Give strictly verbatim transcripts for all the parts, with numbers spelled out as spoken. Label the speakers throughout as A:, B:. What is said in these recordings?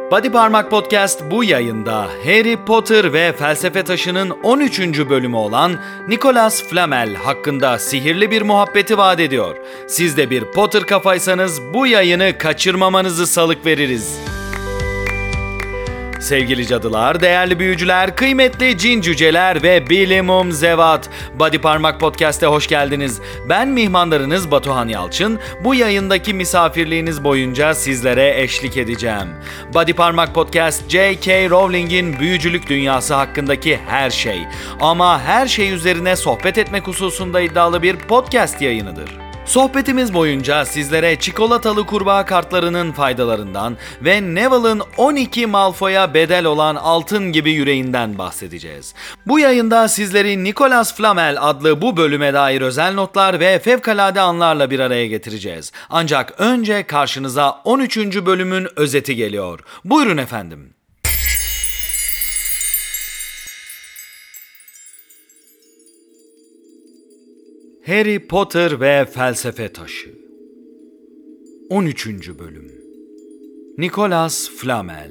A: Body Parmak Podcast bu yayında Harry Potter ve Felsefe Taşı'nın on üçüncü bölümü olan Nicholas Flamel hakkında sihirli bir muhabbeti vaat ediyor. Siz de bir Potter kafaysanız bu yayını kaçırmamanızı salık veririz. Sevgili cadılar, değerli büyücüler, kıymetli cin cüceler ve bilimum zevat, Body Parmak Podcast'e hoş geldiniz. Ben mihmandarınız Batuhan Yalçın. Bu yayındaki misafirliğiniz boyunca sizlere eşlik edeceğim. Body Parmak Podcast, J K. Rowling'in büyücülük dünyası hakkındaki her şey. Ama her şey üzerine sohbet etmek hususunda iddialı bir podcast yayınıdır. Sohbetimiz boyunca sizlere çikolatalı kurbağa kartlarının faydalarından ve Neville'ın on iki Malfoy'a bedel olan altın gibi yüreğinden bahsedeceğiz. Bu yayında sizleri Nicholas Flamel adlı bu bölüme dair özel notlar ve fevkalade anlarla bir araya getireceğiz. Ancak önce karşınıza on üçüncü bölümün özeti geliyor. Buyurun efendim. Harry Potter ve Felsefe Taşı on üçüncü bölüm Nicholas Flamel.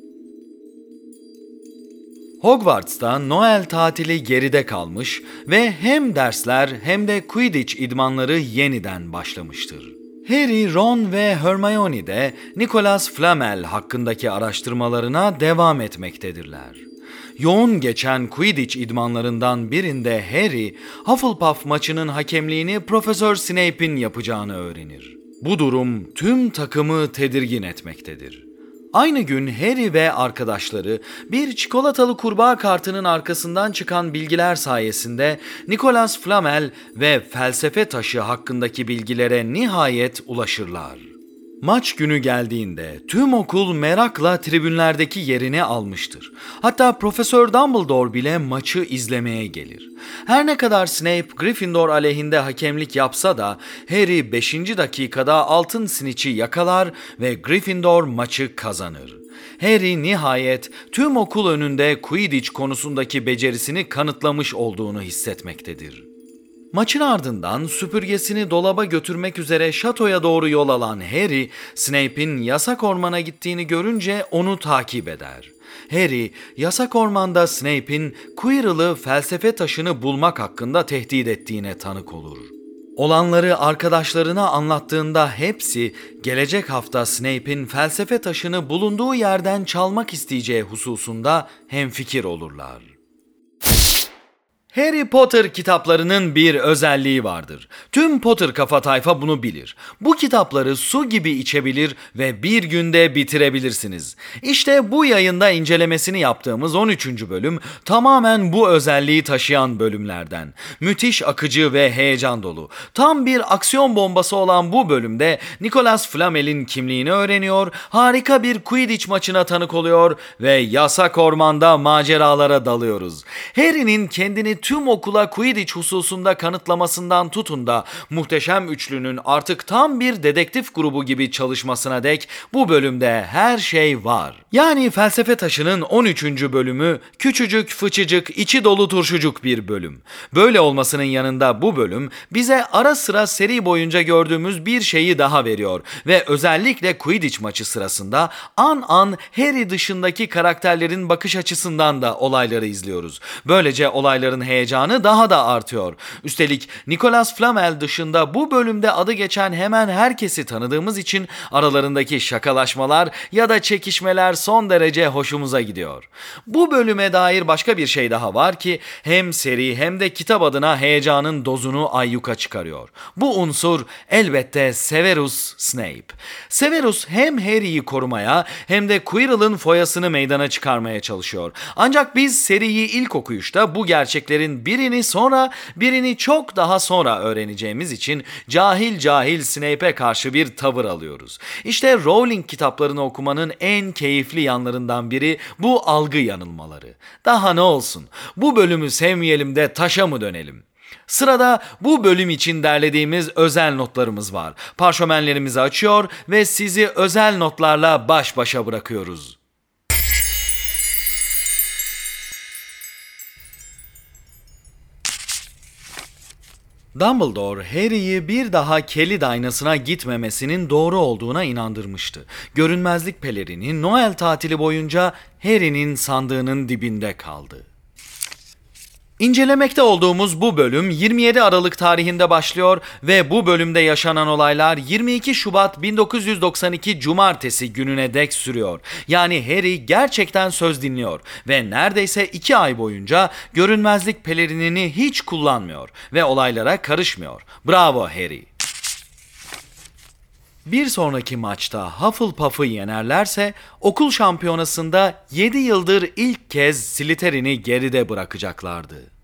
A: Hogwarts'ta Noel tatili geride kalmış ve hem dersler hem de Quidditch idmanları yeniden başlamıştır. Harry, Ron ve Hermione de Nicholas Flamel hakkındaki araştırmalarına devam etmektedirler. Yoğun geçen Quidditch idmanlarından birinde Harry, Hufflepuff maçının hakemliğini Profesör Snape'in yapacağını öğrenir. Bu durum tüm takımı tedirgin etmektedir. Aynı gün Harry ve arkadaşları bir çikolatalı kurbağa kartının arkasından çıkan bilgiler sayesinde Nicholas Flamel ve Felsefe Taşı hakkındaki bilgilere nihayet ulaşırlar. Maç günü geldiğinde tüm okul merakla tribünlerdeki yerini almıştır. Hatta Profesör Dumbledore bile maçı izlemeye gelir. Her ne kadar Snape Gryffindor aleyhinde hakemlik yapsa da Harry beşinci dakikada altın snitch'i yakalar ve Gryffindor maçı kazanır. Harry nihayet tüm okul önünde Quidditch konusundaki becerisini kanıtlamış olduğunu hissetmektedir. Maçın ardından süpürgesini dolaba götürmek üzere şatoya doğru yol alan Harry, Snape'in yasak ormana gittiğini görünce onu takip eder. Harry, yasak ormanda Snape'in Quirrell'ı felsefe taşını bulmak hakkında tehdit ettiğine tanık olur. Olanları arkadaşlarına anlattığında hepsi gelecek hafta Snape'in felsefe taşını bulunduğu yerden çalmak isteyeceği hususunda hemfikir olurlar. Harry Potter kitaplarının bir özelliği vardır. Tüm Potter kafa tayfa bunu bilir. Bu kitapları su gibi içebilir ve bir günde bitirebilirsiniz. İşte bu yayında incelemesini yaptığımız on üçüncü bölüm tamamen bu özelliği taşıyan bölümlerden. Müthiş akıcı ve heyecan dolu. Tam bir aksiyon bombası olan bu bölümde Nicholas Flamel'in kimliğini öğreniyor, harika bir Quidditch maçına tanık oluyor ve yasak ormanda maceralara dalıyoruz. Harry'nin kendini tüm okula Quidditch hususunda kanıtlamasından tutun da muhteşem üçlünün artık tam bir dedektif grubu gibi çalışmasına dek bu bölümde her şey var. Yani Felsefe Taşı'nın on üçüncü bölümü küçücük, fıçıcık, içi dolu turşucuk bir bölüm. Böyle olmasının yanında bu bölüm bize ara sıra seri boyunca gördüğümüz bir şeyi daha veriyor ve özellikle Quidditch maçı sırasında an an Harry dışındaki karakterlerin bakış açısından da olayları izliyoruz. Böylece olayların heyecanı daha da artıyor. Üstelik Nicholas Flamel dışında bu bölümde adı geçen hemen herkesi tanıdığımız için aralarındaki şakalaşmalar ya da çekişmeler son derece hoşumuza gidiyor. Bu bölüme dair başka bir şey daha var ki hem seri hem de kitap adına heyecanın dozunu ayyuka çıkarıyor. Bu unsur elbette Severus Snape. Severus hem Harry'yi korumaya hem de Quirrell'ın foyasını meydana çıkarmaya çalışıyor. Ancak biz seriyi ilk okuyuşta bu gerçeklerin birini sonra birini çok daha sonra öğreneceğimiz için cahil cahil Snape'e karşı bir tavır alıyoruz. İşte Rowling kitaplarını okumanın en keyifli yanlarından biri bu algı yanılmaları. Daha ne olsun? Bu bölümü sevmeyelim de taşa mı dönelim? Sırada bu bölüm için derlediğimiz özel notlarımız var. Parşömenlerimizi açıyor ve sizi özel notlarla baş başa bırakıyoruz. Dumbledore, Harry'i bir daha Kelid aynasına gitmemesinin doğru olduğuna inandırmıştı. Görünmezlik pelerini Noel tatili boyunca Harry'nin sandığının dibinde kaldı. İncelemekte olduğumuz bu bölüm yirmi yedi Aralık tarihinde başlıyor ve bu bölümde yaşanan olaylar yirmi iki Şubat bin dokuz yüz doksan iki Cumartesi gününe dek sürüyor. Yani Harry gerçekten söz dinliyor ve neredeyse iki ay boyunca görünmezlik pelerinini hiç kullanmıyor ve olaylara karışmıyor. Bravo Harry! Bir sonraki maçta Hufflepuff'ı yenerlerse okul şampiyonasında yedi yıldır ilk kez Slytherin'i geride bırakacaklardı.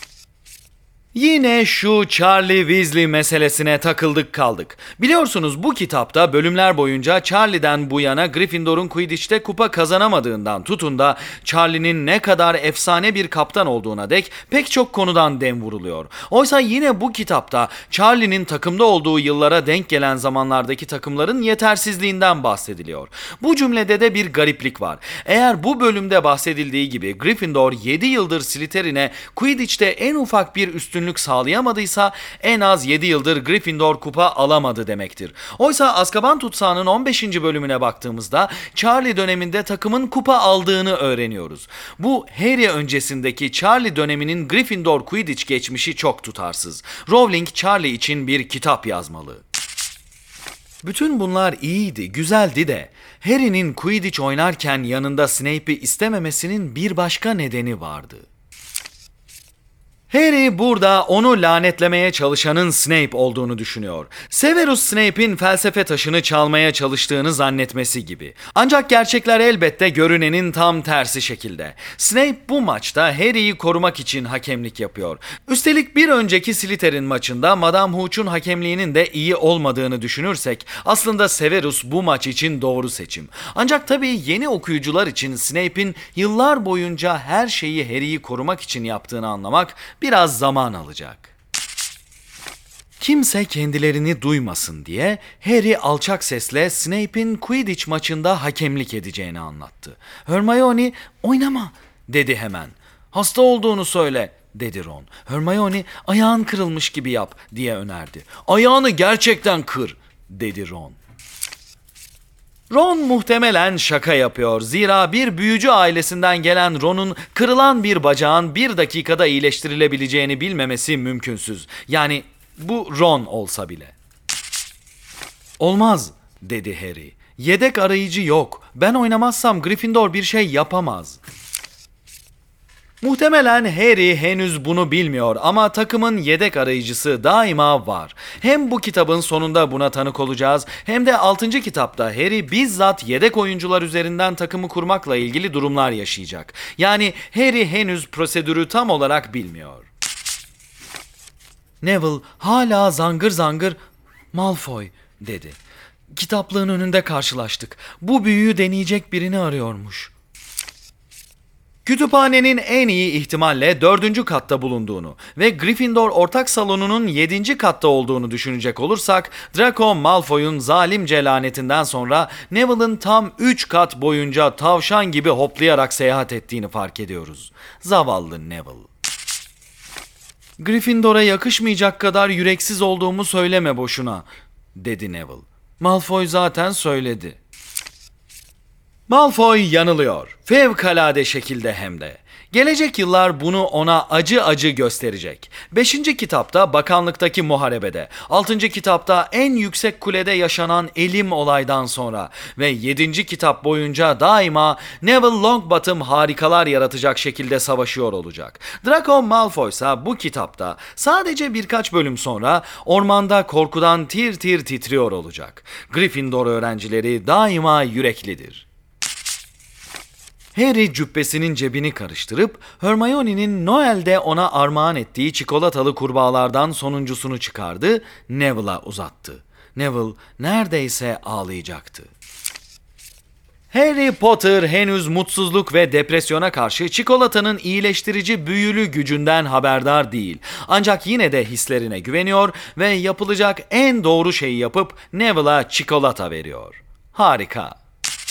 A: Yine şu Charlie Weasley meselesine takıldık kaldık. Biliyorsunuz bu kitapta bölümler boyunca Charlie'den bu yana Gryffindor'un Quidditch'te kupa kazanamadığından tutun da Charlie'nin ne kadar efsane bir kaptan olduğuna dek pek çok konudan dem vuruluyor. Oysa yine bu kitapta Charlie'nin takımda olduğu yıllara denk gelen zamanlardaki takımların yetersizliğinden bahsediliyor. Bu cümlede de bir gariplik var. Eğer bu bölümde bahsedildiği gibi Gryffindor yedi yıldır Slytherin'e Quidditch'te en ufak bir üstünlük sağlayamadıysa en az yedi yıldır Gryffindor kupa alamadı demektir. Oysa Azkaban Tutsağı'nın on beşinci bölümüne baktığımızda Charlie döneminde takımın kupa aldığını öğreniyoruz. Bu Harry öncesindeki Charlie döneminin Gryffindor Quidditch geçmişi çok tutarsız. Rowling Charlie için bir kitap yazmalı. Bütün bunlar iyiydi, güzeldi de Harry'nin Quidditch oynarken yanında Snape'i istememesinin bir başka nedeni vardı. Harry burada onu lanetlemeye çalışanın Snape olduğunu düşünüyor. Severus Snape'in felsefe taşını çalmaya çalıştığını zannetmesi gibi. Ancak gerçekler elbette görünenin tam tersi şekilde. Snape bu maçta Harry'yi korumak için hakemlik yapıyor. Üstelik bir önceki Slytherin maçında Madame Hooch'un hakemliğinin de iyi olmadığını düşünürsek aslında Severus bu maç için doğru seçim. Ancak tabii yeni okuyucular için Snape'in yıllar boyunca her şeyi Harry'yi korumak için yaptığını anlamak biraz zaman alacak. Kimse kendilerini duymasın diye Harry alçak sesle Snape'in Quidditch maçında hakemlik edeceğini anlattı. Hermione "Oynama" dedi hemen. "Hasta olduğunu söyle" dedi Ron. Hermione "Ayağın kırılmış gibi yap" diye önerdi. "Ayağını gerçekten kır" dedi Ron. Ron muhtemelen şaka yapıyor. Zira bir büyücü ailesinden gelen Ron'un kırılan bir bacağın bir dakikada iyileştirilebileceğini bilmemesi mümkünsüz. Yani bu Ron olsa bile. "Olmaz" dedi Harry. "Yedek arayıcı yok. Ben oynamazsam Gryffindor bir şey yapamaz." Muhtemelen Harry henüz bunu bilmiyor ama takımın yedek arayıcısı daima var. Hem bu kitabın sonunda buna tanık olacağız hem de altıncı kitapta Harry bizzat yedek oyuncular üzerinden takımı kurmakla ilgili durumlar yaşayacak. Yani Harry henüz prosedürü tam olarak bilmiyor. Neville hala zangır zangır "Malfoy" dedi. "Kitaplığın önünde karşılaştık. Bu büyüyü deneyecek birini arıyormuş." Kütüphanenin en iyi ihtimalle dördüncü katta bulunduğunu ve Gryffindor ortak salonunun yedinci katta olduğunu düşünecek olursak Draco Malfoy'un zalimce lanetinden sonra Neville'ın tam üç kat boyunca tavşan gibi hoplayarak seyahat ettiğini fark ediyoruz. Zavallı Neville. "Gryffindor'a yakışmayacak kadar yüreksiz olduğumu söyleme boşuna" dedi Neville. "Malfoy zaten söyledi." Malfoy yanılıyor. Fevkalade şekilde hem de. Gelecek yıllar bunu ona acı acı gösterecek. Beşinci kitapta bakanlıktaki muharebede, altıncı kitapta en yüksek kulede yaşanan elim olaydan sonra ve yedinci kitap boyunca daima Neville Longbottom harikalar yaratacak şekilde savaşıyor olacak. Draco Malfoy ise bu kitapta sadece birkaç bölüm sonra ormanda korkudan tir tir titriyor olacak. Gryffindor öğrencileri daima yüreklidir. Harry cübbesinin cebini karıştırıp Hermione'nin Noel'de ona armağan ettiği çikolatalı kurbağalardan sonuncusunu çıkardı, Neville'a uzattı. Neville neredeyse ağlayacaktı. Harry Potter henüz mutsuzluk ve depresyona karşı çikolatanın iyileştirici büyülü gücünden haberdar değil. Ancak yine de hislerine güveniyor ve yapılacak en doğru şeyi yapıp Neville'a çikolata veriyor. Harika.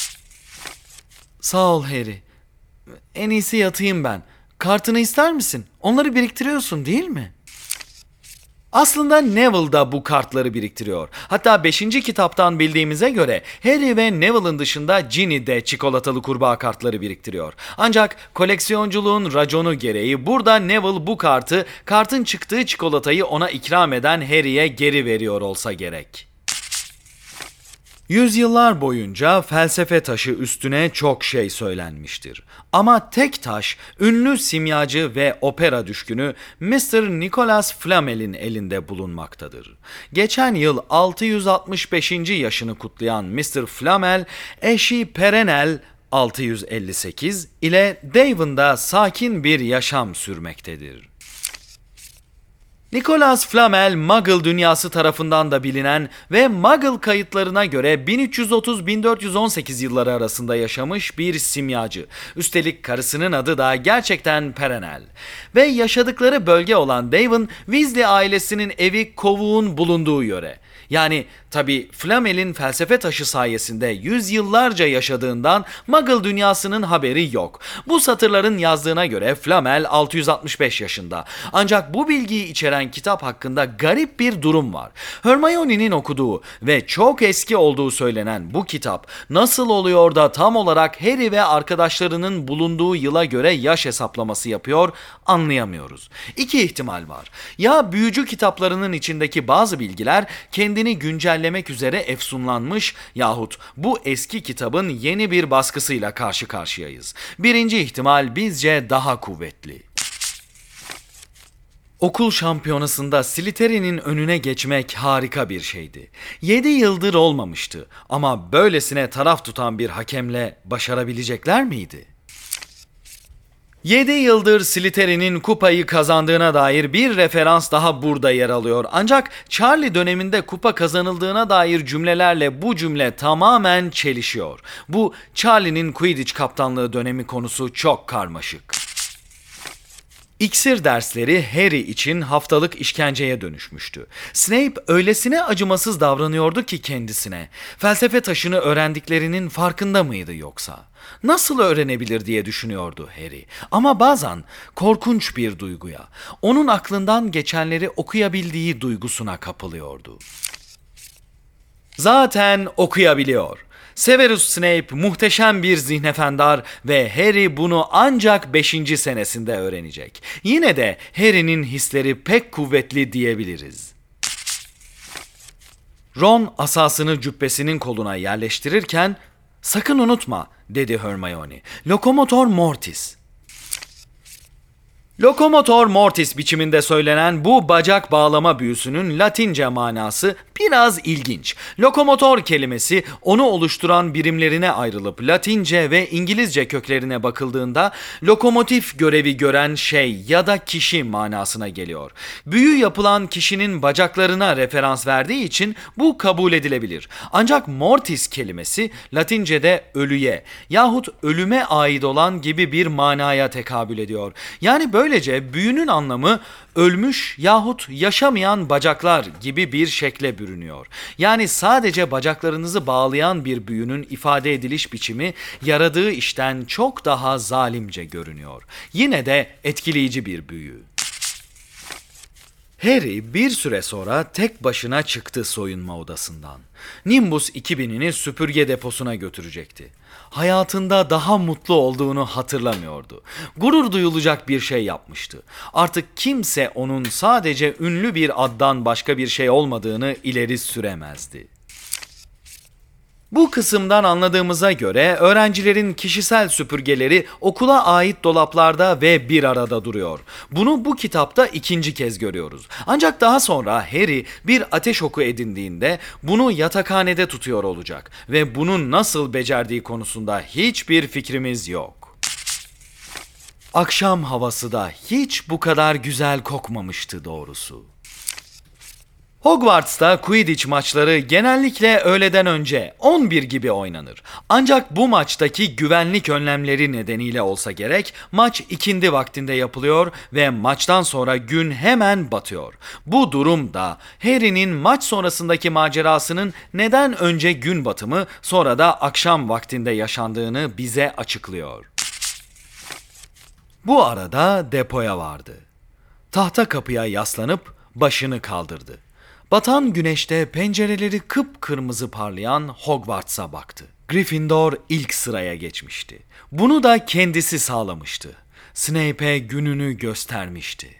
A: "Sağ ol Harry. En iyisi yatayım ben. Kartını ister misin? Onları biriktiriyorsun değil mi?" Aslında Neville da bu kartları biriktiriyor. Hatta beşinci kitaptan bildiğimize göre Harry ve Neville'ın dışında Ginny de çikolatalı kurbağa kartları biriktiriyor. Ancak koleksiyonculuğun raconu gereği burada Neville bu kartı, kartın çıktığı çikolatayı ona ikram eden Harry'e geri veriyor olsa gerek. Yüzyıllar boyunca felsefe taşı üstüne çok şey söylenmiştir. Ama tek taş, ünlü simyacı ve opera düşkünü mister Nicholas Flamel'in elinde bulunmaktadır. Geçen yıl altı yüz altmış beşinci yaşını kutlayan mister Flamel, eşi Perenelle altı yüz elli sekiz ile Devon'da sakin bir yaşam sürmektedir. Nicholas Flamel, Muggle dünyası tarafından da bilinen ve Muggle kayıtlarına göre bin üç yüz otuz - bin dört yüz on sekiz yılları arasında yaşamış bir simyacı. Üstelik karısının adı da gerçekten Perenelle. Ve yaşadıkları bölge olan Devon, Weasley ailesinin evi kovuğun bulunduğu yöre. Yani tabi Flamel'in felsefe taşı sayesinde yüzyıllarca yaşadığından Muggle dünyasının haberi yok. Bu satırların yazdığına göre Flamel altı yüz altmış beş yaşında. Ancak bu bilgiyi içeren kitap hakkında garip bir durum var. Hermione'nin okuduğu ve çok eski olduğu söylenen bu kitap nasıl oluyor da tam olarak Harry ve arkadaşlarının bulunduğu yıla göre yaş hesaplaması yapıyor anlayamıyoruz. İki ihtimal var. Ya büyücü kitaplarının içindeki bazı bilgiler kendini güncellemek üzere efsunlanmış yahut bu eski kitabın yeni bir baskısıyla karşı karşıyayız. Birinci ihtimal bizce daha kuvvetli. Okul şampiyonasında Slytherin'in önüne geçmek harika bir şeydi. yedi yıldır olmamıştı ama böylesine taraf tutan bir hakemle başarabilecekler miydi? yedi yıldır Slytherin'in kupayı kazandığına dair bir referans daha burada yer alıyor. Ancak Charlie döneminde kupa kazanıldığına dair cümlelerle bu cümle tamamen çelişiyor. Bu Charlie'nin Quidditch kaptanlığı dönemi konusu çok karmaşık. İksir dersleri Harry için haftalık işkenceye dönüşmüştü. Snape öylesine acımasız davranıyordu ki kendisine. Felsefe taşını öğrendiklerinin farkında mıydı yoksa? Nasıl öğrenebilir diye düşünüyordu Harry. Ama bazen korkunç bir duyguya, onun aklından geçenleri okuyabildiği duygusuna kapılıyordu. Zaten okuyabiliyor. Severus Snape muhteşem bir zihnefendar ve Harry bunu ancak beşinci senesinde öğrenecek. Yine de Harry'nin hisleri pek kuvvetli diyebiliriz. Ron asasını cübbesinin koluna yerleştirirken "Sakın unutma," dedi Hermione. "Lokomotor Mortis." Lokomotor Mortis biçiminde söylenen bu bacak bağlama büyüsünün Latince manası biraz ilginç. Lokomotor kelimesi onu oluşturan birimlerine ayrılıp Latince ve İngilizce köklerine bakıldığında lokomotif görevi gören şey ya da kişi manasına geliyor. Büyü yapılan kişinin bacaklarına referans verdiği için bu kabul edilebilir. Ancak Mortis kelimesi Latince'de ölüye yahut ölüme ait olan gibi bir manaya tekabül ediyor. Yani böyle Böylece büyünün anlamı ölmüş yahut yaşamayan bacaklar gibi bir şekle bürünüyor. Yani sadece bacaklarınızı bağlayan bir büyünün ifade ediliş biçimi yaradığı işten çok daha zalimce görünüyor. Yine de etkileyici bir büyü. Harry bir süre sonra tek başına çıktı soyunma odasından. Nimbus iki binini süpürge deposuna götürecekti. Hayatında daha mutlu olduğunu hatırlamıyordu. Gurur duyulacak bir şey yapmıştı. Artık kimse onun sadece ünlü bir addan başka bir şey olmadığını ileri süremezdi. Bu kısımdan anladığımıza göre öğrencilerin kişisel süpürgeleri okula ait dolaplarda ve bir arada duruyor. Bunu bu kitapta ikinci kez görüyoruz. Ancak daha sonra Harry bir ateş oku edindiğinde bunu yatakhanede tutuyor olacak ve bunun nasıl becerdiği konusunda hiçbir fikrimiz yok. Akşam havası da hiç bu kadar güzel kokmamıştı doğrusu. Hogwarts'ta Quidditch maçları genellikle öğleden önce on bir gibi oynanır. Ancak bu maçtaki güvenlik önlemleri nedeniyle olsa gerek maç ikindi vaktinde yapılıyor ve maçtan sonra gün hemen batıyor. Bu durum da Harry'nin maç sonrasındaki macerasının neden önce gün batımı sonra da akşam vaktinde yaşandığını bize açıklıyor. Bu arada depoya vardı. Tahta kapıya yaslanıp başını kaldırdı. Batan güneşte pencereleri kıpkırmızı parlayan Hogwarts'a baktı. Gryffindor ilk sıraya geçmişti. Bunu da kendisi sağlamıştı. Snape'e gününü göstermişti.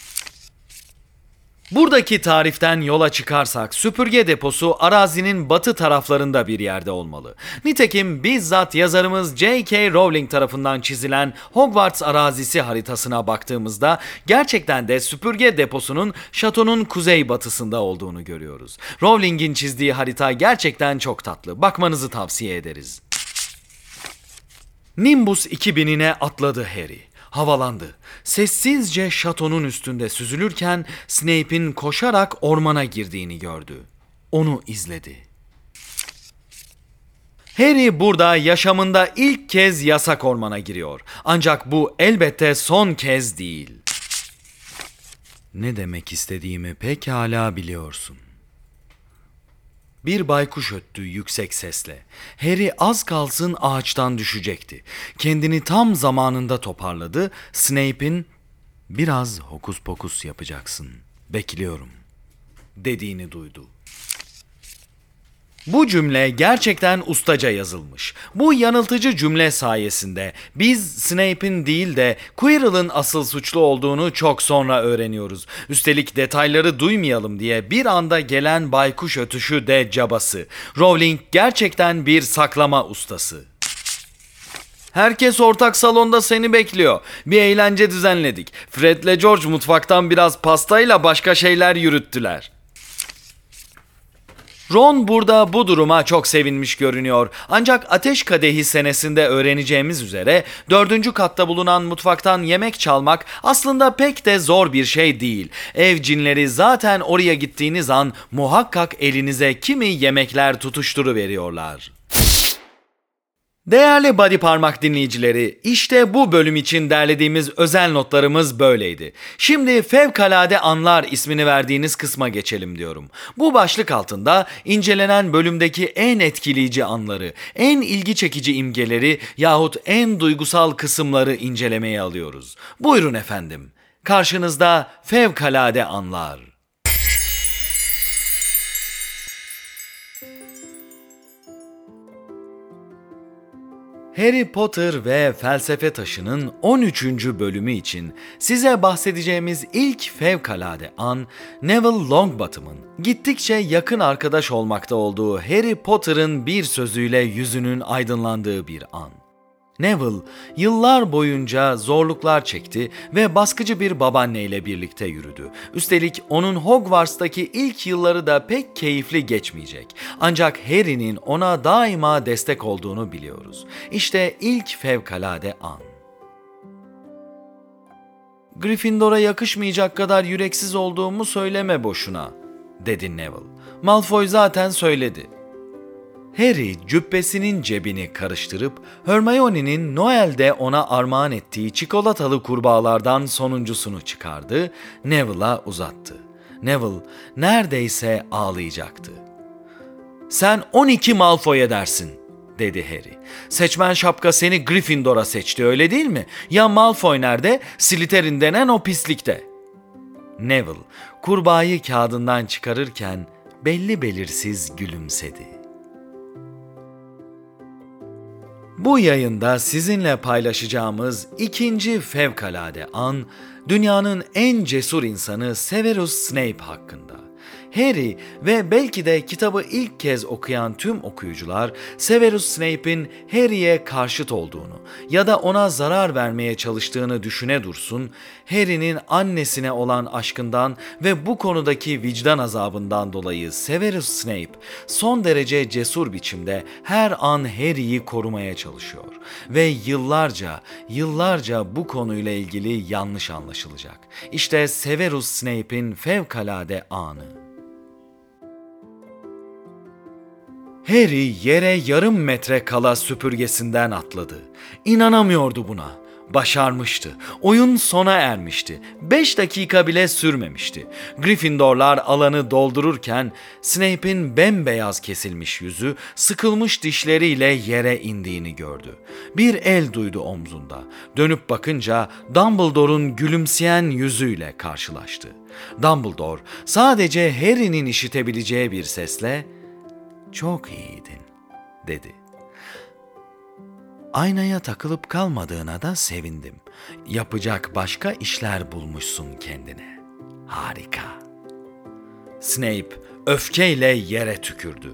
A: Buradaki tariften yola çıkarsak süpürge deposu arazinin batı taraflarında bir yerde olmalı. Nitekim bizzat yazarımız J K. Rowling tarafından çizilen Hogwarts arazisi haritasına baktığımızda gerçekten de süpürge deposunun şatonun kuzeybatısında olduğunu görüyoruz. Rowling'in çizdiği harita gerçekten çok tatlı. Bakmanızı tavsiye ederiz. Nimbus iki binine atladı Harry. Havalandı. Sessizce şatonun üstünde süzülürken Snape'in koşarak ormana girdiğini gördü. Onu izledi. Harry burada yaşamında ilk kez yasak ormana giriyor. Ancak bu elbette son kez değil. Ne demek istediğimi pekala biliyorsun. Bir baykuş öttü yüksek sesle. Harry az kalsın ağaçtan düşecekti. Kendini tam zamanında toparladı. Snape'in "Biraz hokus pokus yapacaksın. Bekliyorum." dediğini duydu. Bu cümle gerçekten ustaca yazılmış. Bu yanıltıcı cümle sayesinde biz Snape'in değil de Quirrell'ın asıl suçlu olduğunu çok sonra öğreniyoruz. Üstelik detayları duymayalım diye bir anda gelen baykuş ötüşü de cabası. Rowling gerçekten bir saklama ustası. Herkes ortak salonda seni bekliyor. Bir eğlence düzenledik. Fred'le George mutfaktan biraz pastayla başka şeyler yürüttüler. Ron burada bu duruma çok sevinmiş görünüyor. Ancak Ateş Kadehi senesinde öğreneceğimiz üzere dördüncü katta bulunan mutfaktan yemek çalmak aslında pek de zor bir şey değil. Ev cinleri zaten oraya gittiğiniz an muhakkak elinize kimi yemekler tutuşturuveriyorlar. Değerli Body Parmak dinleyicileri, işte bu bölüm için derlediğimiz özel notlarımız böyleydi. Şimdi Fevkalade Anlar ismini verdiğiniz kısma geçelim diyorum. Bu başlık altında incelenen bölümdeki en etkileyici anları, en ilgi çekici imgeleri yahut en duygusal kısımları incelemeye alıyoruz. Buyurun efendim, karşınızda Fevkalade Anlar. Harry Potter ve Felsefe Taşı'nın on üçüncü bölümü için size bahsedeceğimiz ilk fevkalade an, Neville Longbottom'ın gittikçe yakın arkadaş olmakta olduğu Harry Potter'ın bir sözüyle yüzünün aydınlandığı bir an. Neville yıllar boyunca zorluklar çekti ve baskıcı bir babaanneyle birlikte yürüdü. Üstelik onun Hogwarts'taki ilk yılları da pek keyifli geçmeyecek. Ancak Harry'nin ona daima destek olduğunu biliyoruz. İşte ilk fevkalade an. "Gryffindor'a yakışmayacak kadar yüreksiz olduğumu söyleme boşuna," dedi Neville. "Malfoy zaten söyledi." Harry cübbesinin cebini karıştırıp Hermione'nin Noel'de ona armağan ettiği çikolatalı kurbağalardan sonuncusunu çıkardı, Neville'a uzattı. Neville neredeyse ağlayacaktı. "Sen on iki Malfoy edersin," dedi Harry. "Seçmen şapka seni Gryffindor'a seçti, öyle değil mi? Ya Malfoy nerede? Slytherin denen o pislikte." Neville kurbağayı kağıdından çıkarırken belli belirsiz gülümsedi. Bu yayında sizinle paylaşacağımız ikinci fevkalade an, dünyanın en cesur insanı Severus Snape hakkında. Harry ve belki de kitabı ilk kez okuyan tüm okuyucular, Severus Snape'in Harry'e karşıt olduğunu ya da ona zarar vermeye çalıştığını düşüne dursun, Harry'nin annesine olan aşkından ve bu konudaki vicdan azabından dolayı Severus Snape son derece cesur biçimde her an Harry'yi korumaya çalışıyor ve yıllarca, yıllarca bu konuyla ilgili yanlış anlaşılacak. İşte Severus Snape'in fevkalade anı. Harry yere yarım metre kala süpürgesinden atladı. İnanamıyordu buna. Başarmıştı. Oyun sona ermişti. Beş dakika bile sürmemişti. Gryffindorlar alanı doldururken Snape'in bembeyaz kesilmiş yüzü, sıkılmış dişleriyle yere indiğini gördü. Bir el duydu omzunda. Dönüp bakınca Dumbledore'un gülümseyen yüzüyle karşılaştı. Dumbledore sadece Harry'nin işitebileceği bir sesle "Çok iyiydin," dedi. "Aynaya takılıp kalmadığına da sevindim. Yapacak başka işler bulmuşsun kendine. Harika." Snape öfkeyle yere tükürdü.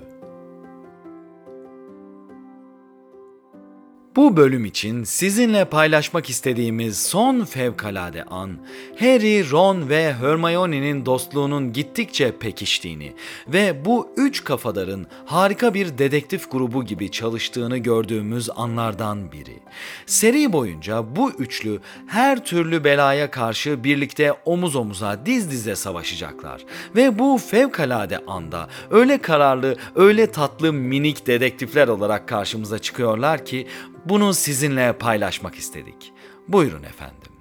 A: Bu bölüm için sizinle paylaşmak istediğimiz son fevkalade an, Harry, Ron ve Hermione'nin dostluğunun gittikçe pekiştiğini ve bu üç kafadarın harika bir dedektif grubu gibi çalıştığını gördüğümüz anlardan biri. Seri boyunca bu üçlü her türlü belaya karşı birlikte omuz omuza, diz dize savaşacaklar ve bu fevkalade anda öyle kararlı, öyle tatlı minik dedektifler olarak karşımıza çıkıyorlar ki bunu sizinle paylaşmak istedik. Buyurun efendim.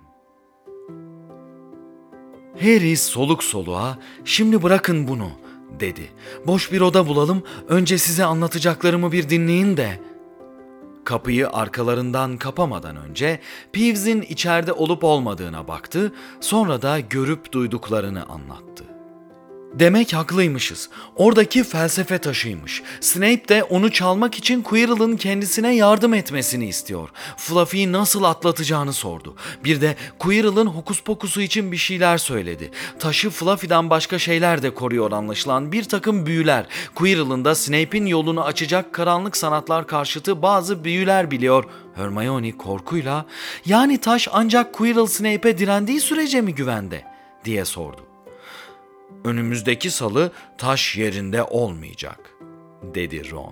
A: Harry soluk soluğa "Şimdi bırakın bunu," dedi. "Boş bir oda bulalım, önce size anlatacaklarımı bir dinleyin de." Kapıyı arkalarından kapamadan önce Peeves'in içeride olup olmadığına baktı, sonra da görüp duyduklarını anlattı. "Demek haklıymışız. Oradaki felsefe taşıymış. Snape de onu çalmak için Quirrell'ın kendisine yardım etmesini istiyor. Fluffy'yi nasıl atlatacağını sordu. Bir de Quirrell'ın hokus pokusu için bir şeyler söyledi. Taşı Fluffy'den başka şeyler de koruyor anlaşılan. Bir takım büyüler. Quirrell'ın da Snape'in yolunu açacak karanlık sanatlar karşıtı bazı büyüler biliyor." Hermione korkuyla "Yani taş ancak Quirrell Snape'e direndiği sürece mi güvende?" diye sordu. "Önümüzdeki salı taş yerinde olmayacak," dedi Ron.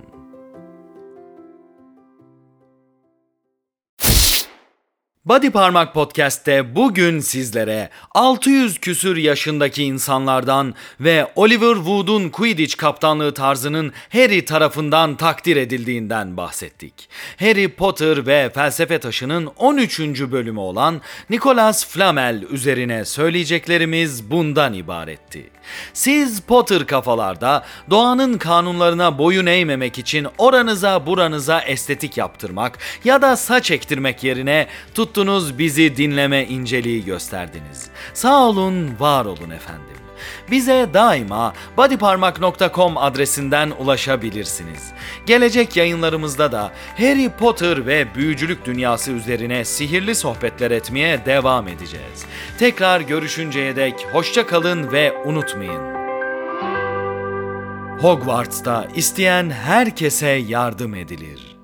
A: Body Parmak Podcast'te bugün sizlere altı yüz küsür yaşındaki insanlardan ve Oliver Wood'un Quidditch kaptanlığı tarzının Harry tarafından takdir edildiğinden bahsettik. Harry Potter ve Felsefe Taşı'nın on üçüncü bölümü olan Nicholas Flamel üzerine söyleyeceklerimiz bundan ibaretti. Siz Potter kafalarda doğanın kanunlarına boyun eğmemek için oranıza buranıza estetik yaptırmak ya da saç ektirmek yerine tuttunuz bizi dinleme inceliği gösterdiniz. Sağ olun, var olun efendim. Bize daima bodyparmak nokta com adresinden ulaşabilirsiniz. Gelecek yayınlarımızda da Harry Potter ve büyücülük dünyası üzerine sihirli sohbetler etmeye devam edeceğiz. Tekrar görüşünceye dek hoşça kalın ve unutmayın. Hogwarts'ta isteyen herkese yardım edilir.